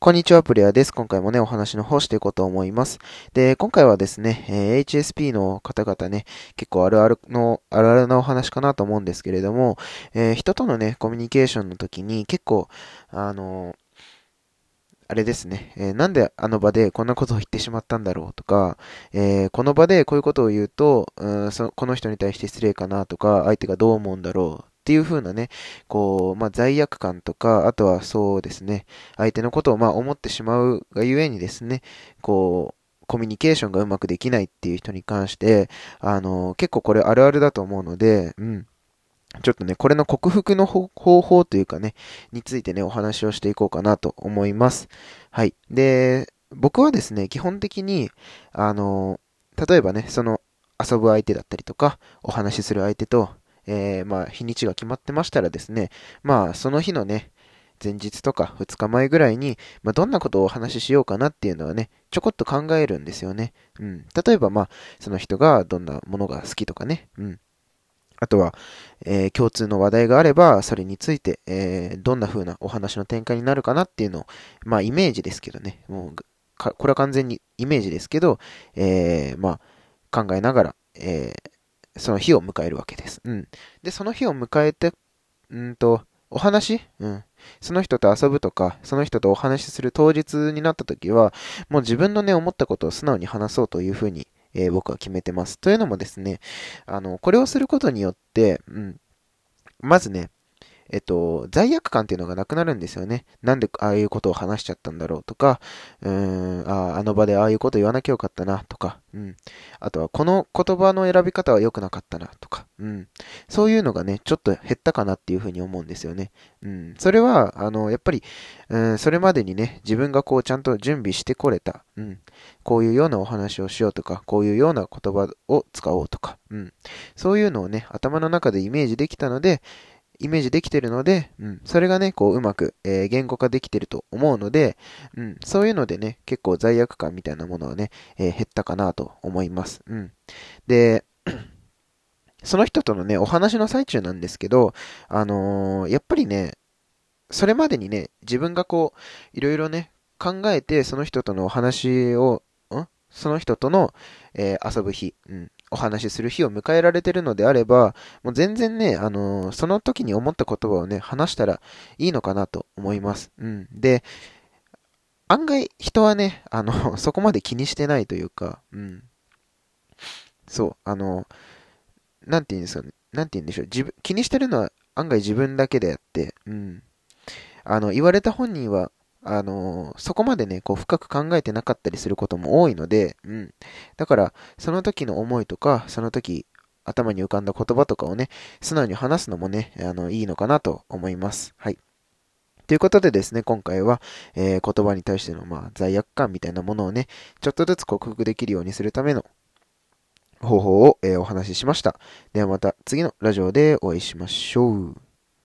こんにちは、プレイヤーです。今回もね、お話の方していこうと思います。で、今回はですね、HSP の方々ね、結構あるあるなお話かなと思うんですけれども、人とのね、コミュニケーションの時に結構、あの、あれですね、なんであの場でこんなことを言ってしまったんだろうとか、この場でこういうことを言うと、この人に対して失礼かなとか、相手がどう思うんだろうっていう風なね、こう、罪悪感とか、あとはそうですね、相手のことを思ってしまうがゆえにですね、こう、コミュニケーションがうまくできないっていう人に関して、結構これあるあるだと思うので、ちょっとね、これの克服の方法というかね、についてね、お話をしていこうかなと思います。はい。で、僕はですね、基本的に、あの、例えばね、遊ぶ相手だったりとか、お話しする相手と、日にちが決まってましたらですね、その日のね、前日とか2日前ぐらいに、どんなことをお話ししようかなっていうのはね、ちょこっと考えるんですよね。例えば、その人がどんなものが好きとかね。あとは、共通の話題があれば、それについて、どんな風なお話の展開になるかなっていうのを、イメージですけどね、これは完全にイメージですけど、考えながら、その日を迎えるわけです。で、その日を迎えて、お話その人と遊ぶとか、その人とお話しする当日になった時は、もう自分のね、思ったことを素直に話そうというふうに、僕は決めてます。というのもですね、これをすることによって、まずね、罪悪感っていうのがなくなるんですよね。なんでああいうことを話しちゃったんだろうとか、あの場でああいうこと言わなきゃよかったなとか、あとはこの言葉の選び方は良くなかったなとか、そういうのがね、ちょっと減ったかなっていうふうに思うんですよね。それは、やっぱり、それまでにね、自分がこうちゃんと準備してこれた、こういうようなお話をしようとか、こういうような言葉を使おうとか、そういうのをね、頭の中でイメージできてるので、それがね、こう、うまく、言語化できてると思うので、そういうのでね、結構罪悪感みたいなものはね、減ったかなと思います。で、その人とのね、お話の最中なんですけど、やっぱりね、それまでにね、自分がこう、いろいろね、考えて、その人とのお話を、その人との、遊ぶ日、お話しする日を迎えられてるのであれば、もう全然ね、その時に思った言葉をね、話したらいいのかなと思います。で、案外人はね、そこまで気にしてないというか、そう、なんて言うんですかね、なんて言うんでしょう、気にしてるのは案外自分だけであって、言われた本人は、そこまでね、こう深く考えてなかったりすることも多いので、だから、その時の思いとか、その時、頭に浮かんだ言葉とかをね、素直に話すのもね、いいのかなと思います。はい。ということでですね、今回は、言葉に対しての、罪悪感みたいなものをね、ちょっとずつ克服できるようにするための方法を、お話ししました。ではまた次のラジオでお会いしましょう。